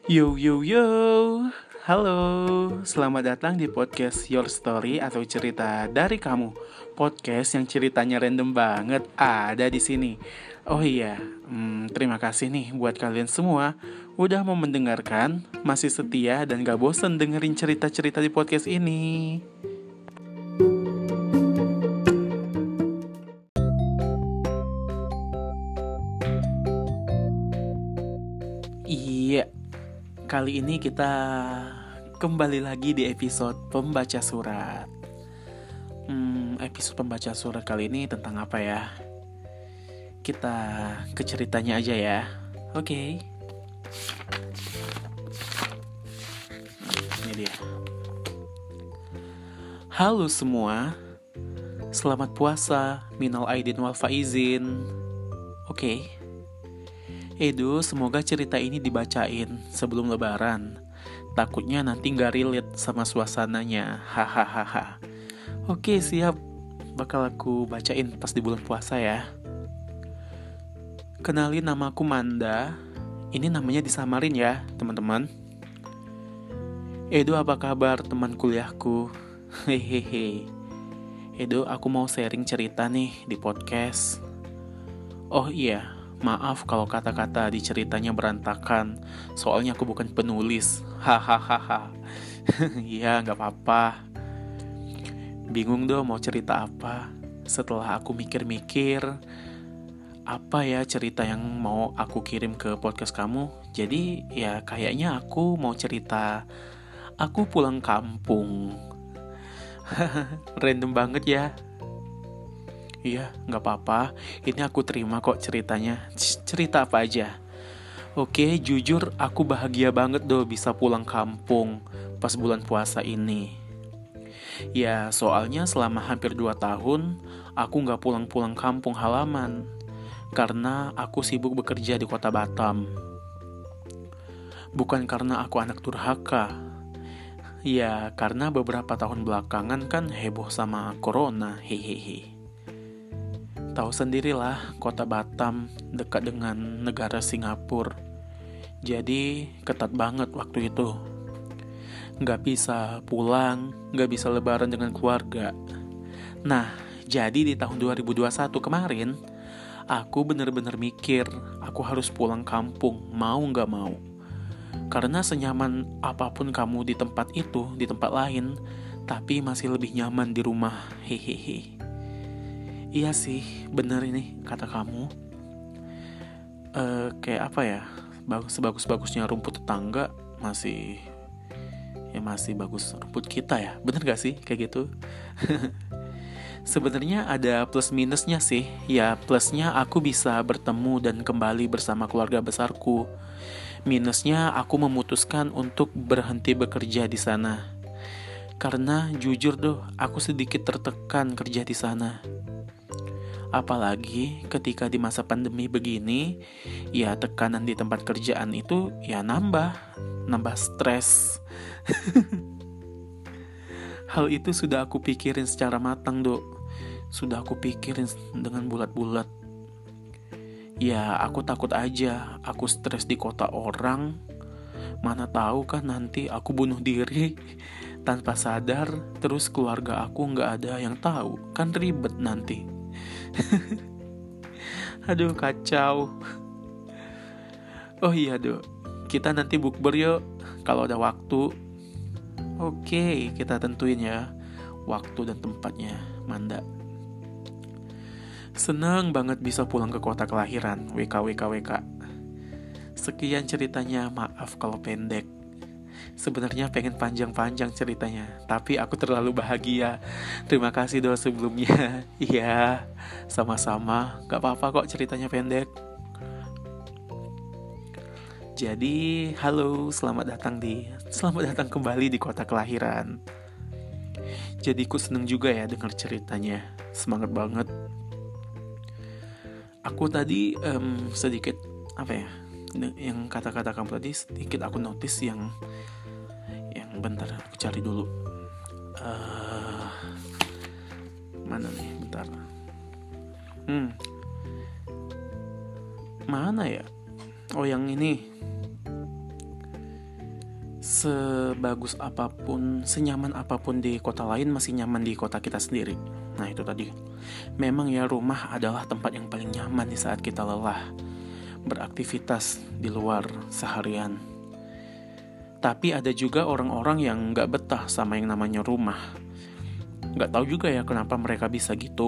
Yo yo yo, halo, selamat datang di podcast Your Story atau cerita dari kamu. Podcast yang ceritanya random banget ada di sini. Oh iya, terima kasih nih buat kalian semua udah mau mendengarkan, masih setia dan gak bosen dengerin cerita-cerita di podcast ini. Iya, kali ini kita kembali lagi di episode pembaca surat. Episode pembaca surat kali ini tentang apa ya? Kita ke ceritanya aja ya. Oke. Ini dia. Halo semua. Selamat puasa. Minal aidin wal faizin. Oke. Edo, semoga cerita ini dibacain sebelum lebaran. Takutnya nanti gak relate sama suasananya. Hahaha. Oke, siap. Bakal aku bacain pas di bulan puasa ya. Kenalin, namaku Manda. Ini namanya disamarin ya, teman-teman. Edo, apa kabar teman kuliahku? Hehehe. Edo, aku mau sharing cerita nih di podcast. Oh iya, maaf kalau kata-kata di ceritanya berantakan. Soalnya aku bukan penulis. Hahaha. Iya, gak apa-apa. Bingung dong mau cerita apa. Setelah aku mikir-mikir, apa ya cerita yang mau aku kirim ke podcast kamu. Jadi ya kayaknya aku mau cerita aku pulang kampung. Random banget ya. Iya, gak apa-apa. Ini aku terima kok ceritanya. Cerita apa aja. Oke, jujur aku bahagia banget bisa pulang kampung pas bulan puasa ini. Ya, soalnya selama hampir 2 tahun aku gak pulang-pulang kampung halaman karena aku sibuk bekerja di kota Batam. Bukan karena aku anak durhaka. Ya, karena beberapa tahun belakangan kan heboh sama corona, hehehe. Tahu sendirilah, kota Batam dekat dengan negara Singapura. Jadi, ketat banget waktu itu. Nggak bisa pulang, nggak bisa lebaran dengan keluarga. Nah, jadi di tahun 2021 kemarin, aku bener-bener mikir, aku harus pulang kampung, mau nggak mau. Karena senyaman apapun kamu di tempat itu, di tempat lain, tapi masih lebih nyaman di rumah, hehehe. Iya sih, bener ini kata kamu. Kayak apa ya, sebagus-bagusnya rumput tetangga, masih bagus rumput kita ya, bener gak sih kayak gitu? Sebenarnya ada plus minusnya sih. Ya, plusnya aku bisa bertemu dan kembali bersama keluarga besarku. Minusnya aku memutuskan untuk berhenti bekerja di sana. Karena jujur aku sedikit tertekan kerja di sana. Apalagi ketika di masa pandemi begini, ya tekanan di tempat kerjaan itu ya nambah stres. Hal itu sudah aku pikirin secara matang, Sudah aku pikirin dengan bulat-bulat. Ya, aku takut aja aku stres di kota orang. Mana tahu kan nanti aku bunuh diri tanpa sadar, terus keluarga aku nggak ada yang tahu. Kan ribet nanti. Aduh, kacau. Oh iya, kita nanti bukber yuk kalau ada waktu. Oke, kita tentuin ya waktu dan tempatnya, Manda. Senang banget bisa pulang ke kota kelahiran, WKWKWK. Sekian ceritanya, maaf kalau pendek. Sebenarnya pengen panjang-panjang ceritanya, tapi aku terlalu bahagia. Terima kasih sebelumnya. Iya, sama-sama. Gak apa-apa kok ceritanya pendek. Jadi, halo, selamat datang kembali di kota kelahiran. Jadi aku seneng juga ya dengar ceritanya. Semangat banget. Aku tadi sedikit yang kata-kata kamu tadi sedikit aku notice yang bentar aku cari dulu. Mana nih, bentar. Mana ya? Oh, yang ini. sebagus apapun, senyaman apapun di kota lain, masih nyaman di kota kita sendiri. Nah itu tadi, memang ya rumah adalah tempat yang paling nyaman di saat kita lelah beraktivitas di luar seharian. Tapi ada juga orang-orang yang gak betah sama yang namanya rumah. Gak tahu juga ya kenapa mereka bisa gitu.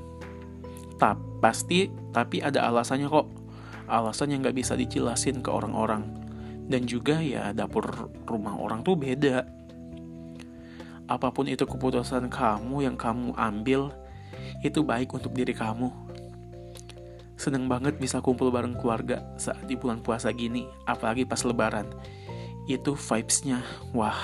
Tapi ada alasannya kok. Alasan yang gak bisa dijelasin ke orang-orang. Dan juga ya dapur rumah orang tuh beda. Apapun itu keputusan kamu yang kamu ambil, itu baik untuk diri kamu. Seneng banget bisa kumpul bareng keluarga saat di bulan puasa gini, apalagi pas lebaran. Itu vibes-nya, wah.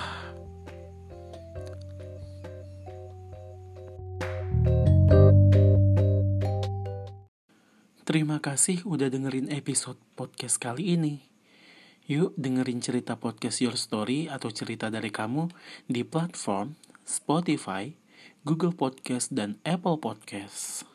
Terima kasih udah dengerin episode podcast kali ini. Yuk dengerin cerita podcast Your Story atau cerita dari kamu di platform Spotify, Google Podcast, dan Apple Podcast.